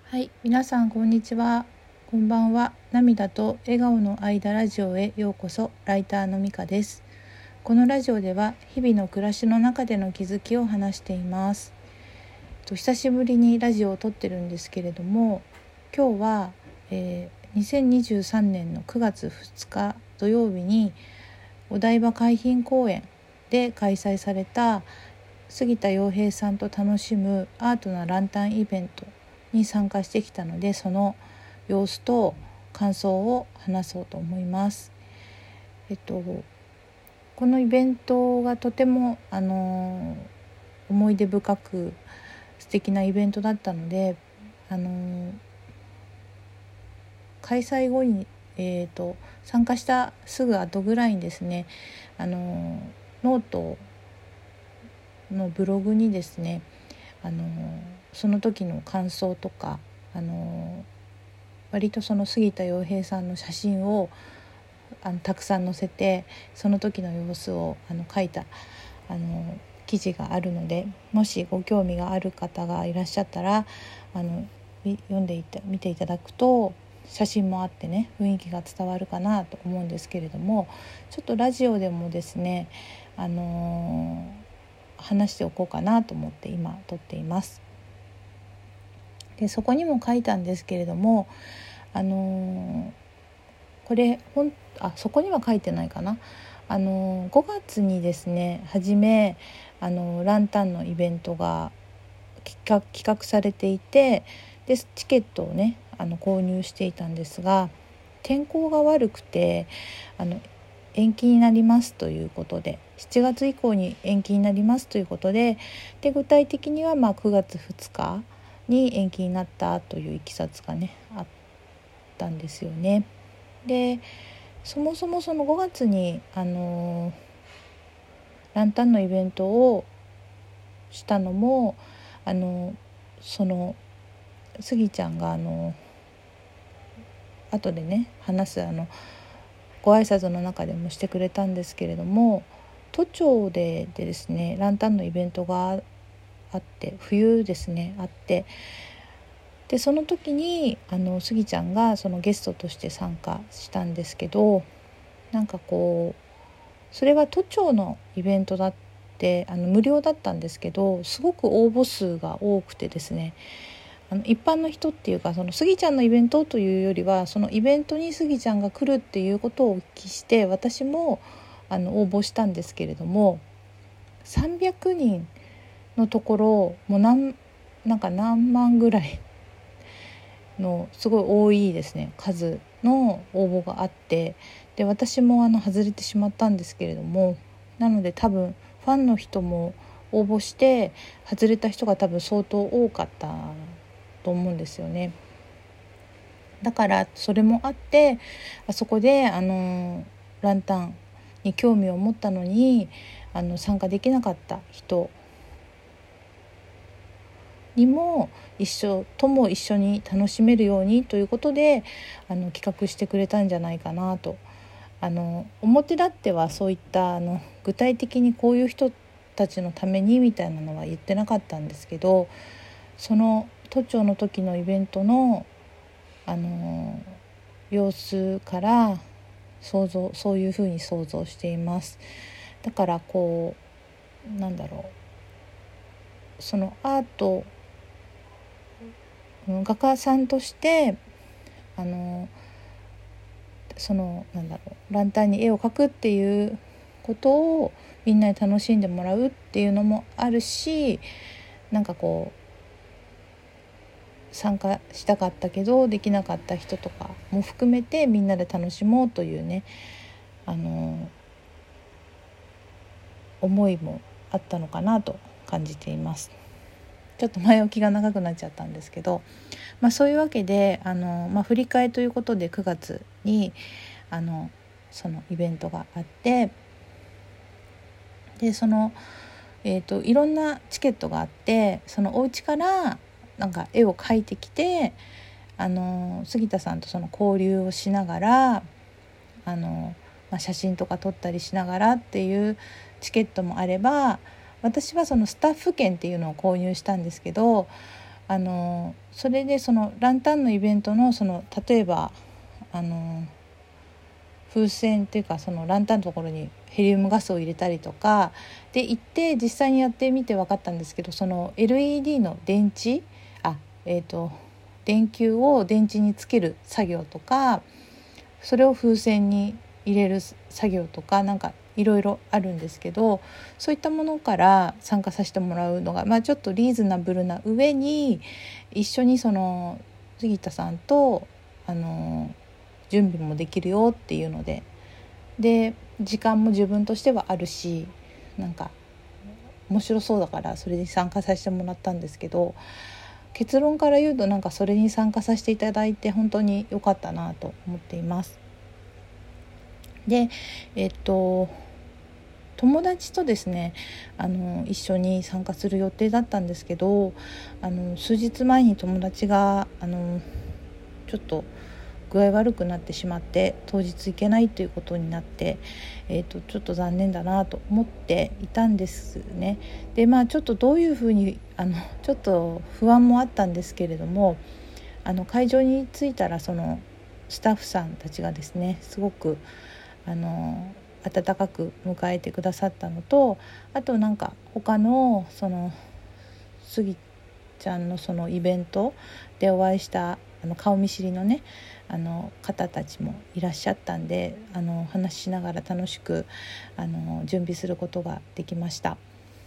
はい、皆さんこんにちは。こんばんは。涙と笑顔の間ラジオへようこそ。ライターのみかです。このラジオでは日々の暮らしの中での気づきを話しています。久しぶりにラジオを撮ってるんですけれども、今日は、2023年の9月2日土曜日にお台場海浜公園で開催された杉田洋平さんと楽しむアートなランタンイベントに参加してきたので、その様子と感想を話そうと思います。このイベントがとても思い出深く素敵なイベントだったので、開催後に、参加したすぐ後ぐらいにですね、ノートのブログにですね、その時の感想とか、割とその杉田洋平さんの写真をたくさん載せて、その時の様子を書いた記事があるので、もしご興味がある方がいらっしゃったら見ていただくと、写真もあってね、雰囲気が伝わるかなと思うんですけれども、ちょっとラジオでもですね、話しておこうかなと思って今撮っています。でそこにも書いたんですけれども、そこには書いてないかな。5月にですね、初めランタンのイベントが企画されていて、でチケットをね購入していたんですが、天候が悪くて延期になりますということで、7月以降に延期になりますということで、具体的には9月2日に延期になったといういきさつがねあったんですよね。でそもそもその5月にランタンのイベントをしたのもそのスギちゃんが後でね話すご挨拶の中でもしてくれたんですけれども、都庁でですねランタンのイベントがあって、冬ですねあって、でその時にスギちゃんがそのゲストとして参加したんですけど、それは都庁のイベントだって無料だったんですけど、すごく応募数が多くてですね、一般の人っていうか、そのスギちゃんのイベントというよりは、そのイベントにスギちゃんが来るっていうことをお聞きして、私も応募したんですけれども、300人のところもう何万ぐらいのすごい多いですね数の応募があって、で私も外れてしまったんですけれども、なので多分ファンの人も応募して外れた人が多分相当多かったと思うんですよね。だからそれもあって、あそこでランタンに興味を持ったのに参加できなかった人にも一緒に楽しめるようにということで企画してくれたんじゃないかなと。表立ってはそういった具体的にこういう人たちのためにみたいなのは言ってなかったんですけど、その都庁の時のイベントの様子からそういうふうに想像しています。だからそのアート画家さんとしてランタンに絵を描くっていうことをみんなに楽しんでもらうっていうのもあるし、参加したかったけどできなかった人とかも含めてみんなで楽しもうというね思いもあったのかなと感じています。ちょっと前置きが長くなっちゃったんですけど、そういうわけで振り替えということで9月にそのイベントがあって、でいろんなチケットがあって、そのお家から絵を描いてきて杉田さんとその交流をしながら写真とか撮ったりしながらっていうチケットもあれば、私はそのスタッフ券っていうのを購入したんですけど、 それでそのランタンのイベントの例えば風船っていうかそのランタンのところにヘリウムガスを入れたりとかで行って実際にやってみて分かったんですけど、その LED の電池電球を電池につける作業とか、それを風船に入れる作業とかなんかいろいろあるんですけど、そういったものから参加させてもらうのが、ちょっとリーズナブルな上に一緒にその杉田さんと準備もできるよっていうので時間も自分としてはあるし、なんか面白そうだからそれに参加させてもらったんですけど、結論から言うとなんかそれに参加させていただいて本当に良かったなと思っています。で友達とですね一緒に参加する予定だったんですけど、数日前に友達がちょっと具合悪くなってしまって当日行けないということになって、ちょっと残念だなと思っていたんですね。でちょっとどういうふうにちょっと不安もあったんですけれども、会場に着いたらそのスタッフさんたちがですねすごく温かく迎えてくださったのと、あとなんか他のそのスギちゃんのそのイベントでお会いした顔見知りのね方たちもいらっしゃったんで、話しながら楽しく準備することができました。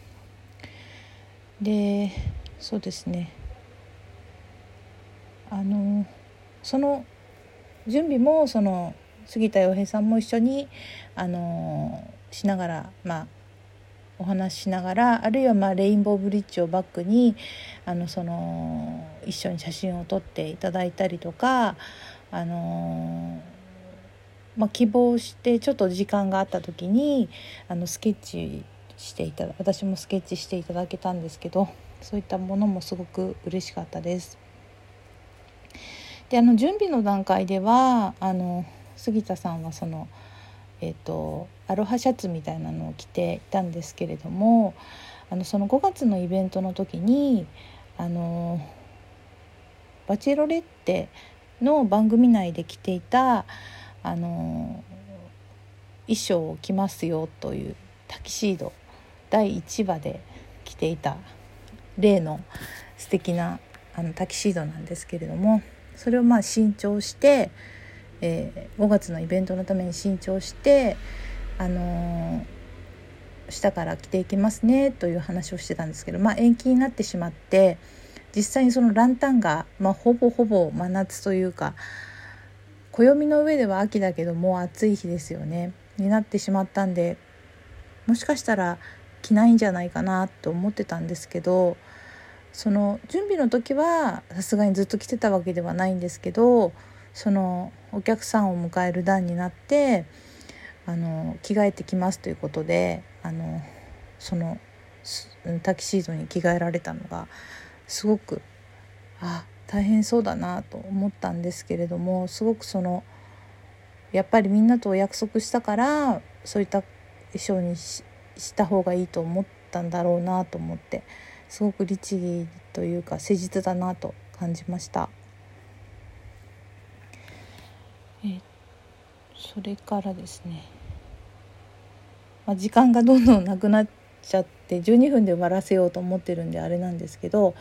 でそうですねその準備もその杉田洋平さんも一緒にしながらお話ししながら、あるいはレインボーブリッジをバックに一緒に写真を撮っていただいたりとか、希望してちょっと時間があった時にスケッチして私もスケッチしていただけたんですけど、そういったものもすごく嬉しかったです。で準備の段階では杉田さんはそのアロハシャツみたいなのを着ていたんですけれども、その5月のイベントの時にバチェロレッテの番組内で着ていた衣装を着ますよというタキシード第1話で着ていた例の素敵なタキシードなんですけれども、それを新調して、5月のイベントのために新調して、下から着ていきますねという話をしてたんですけど、延期になってしまって、実際にそのランタンが、ほぼ真夏というか暦の上では秋だけども暑い日ですよねになってしまったんで、もしかしたら着ないんじゃないかなと思ってたんですけど、その準備の時はさすがにずっと着てたわけではないんですけど、そのお客さんを迎える段になって着替えてきますということでそのタキシードに着替えられたのがすごく大変そうだなと思ったんですけれども、すごくやっぱりみんなとお約束したからそういった衣装にした方がいいと思ったんだろうなと思って、すごく律儀というか誠実だなと感じました。それからですね、時間がどんどんなくなっちゃって12分で終わらせようと思ってるんであれなんですけど、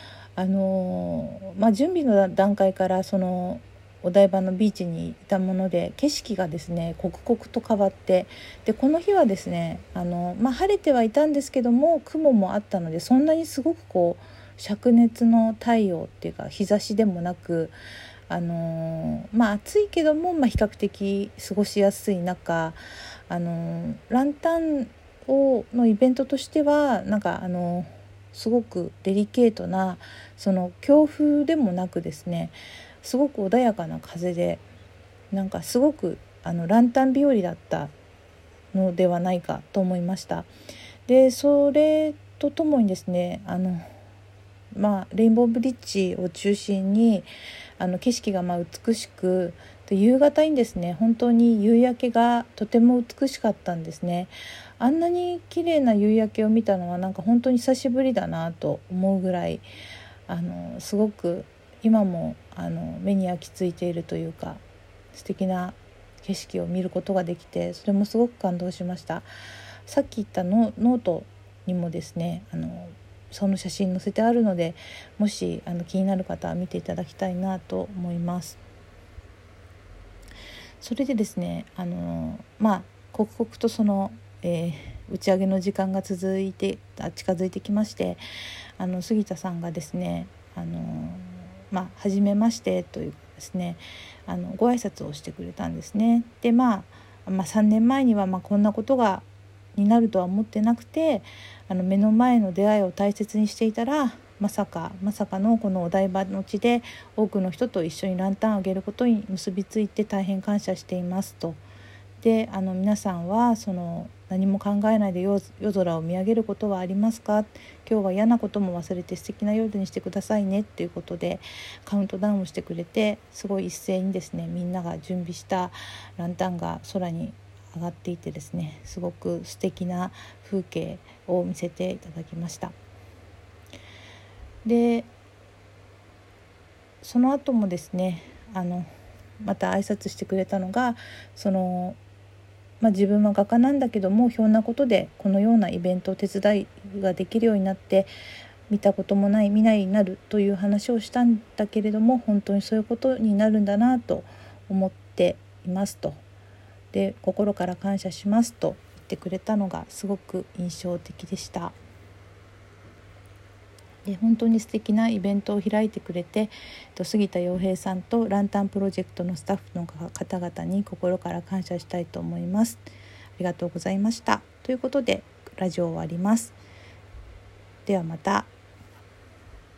準備の段階からそのお台場のビーチにいたもので景色がですね刻々と変わって、でこの日はですね晴れてはいたんですけども雲もあったので、そんなにすごく灼熱の太陽っていうか日差しでもなく暑いけども比較的過ごしやすい中、ランタンのイベントとしてはすごくデリケートな強風でもなくですね、すごく穏やかな風で、すごくランタン日和だったのではないかと思いました。でそれとともにですねレインボーブリッジを中心に景色が美しく、で夕方にですね本当に夕焼けがとても美しかったんですね。あんなに綺麗な夕焼けを見たのは本当に久しぶりだなと思うぐらいすごく今も目に焼き付いているというか、素敵な景色を見ることができて、それもすごく感動しました。さっき言ったノートにもですね、その写真載せてあるので、もし気になる方は見ていただきたいなと思います。それでですね、刻々とその、打ち上げの時間が近づいてきまして、杉田さんがですね、初めましてというかですね、ご挨拶をしてくれたんですね。で3年前にはこんなことになるとは思ってなくて、目の前の出会いを大切にしていたら、まさかのこのお台場の地で多くの人と一緒にランタンをあげることに結びついて大変感謝していますと。で皆さんは何も考えないで夜空を見上げることはありますか、今日は嫌なことも忘れて素敵な夜にしてくださいねっていうことでカウントダウンをしてくれて、すごい一斉にですね、みんなが準備したランタンが空に上がっていてですね、すごく素敵な風景を見せていただきました。でその後もですね、また挨拶してくれたのが、自分は画家なんだけども、ひょんなことでこのようなイベントを手伝いができるようになって、見たこともない未来になるという話をしたんだけれども、本当にそういうことになるんだなと思っていますと。で心から感謝しますと言ってくれたのがすごく印象的でした。で本当に素敵なイベントを開いてくれて、杉田洋平さんとランタンプロジェクトのスタッフの方々に心から感謝したいと思います。ありがとうございました。ということでラジオを終わります。ではまた。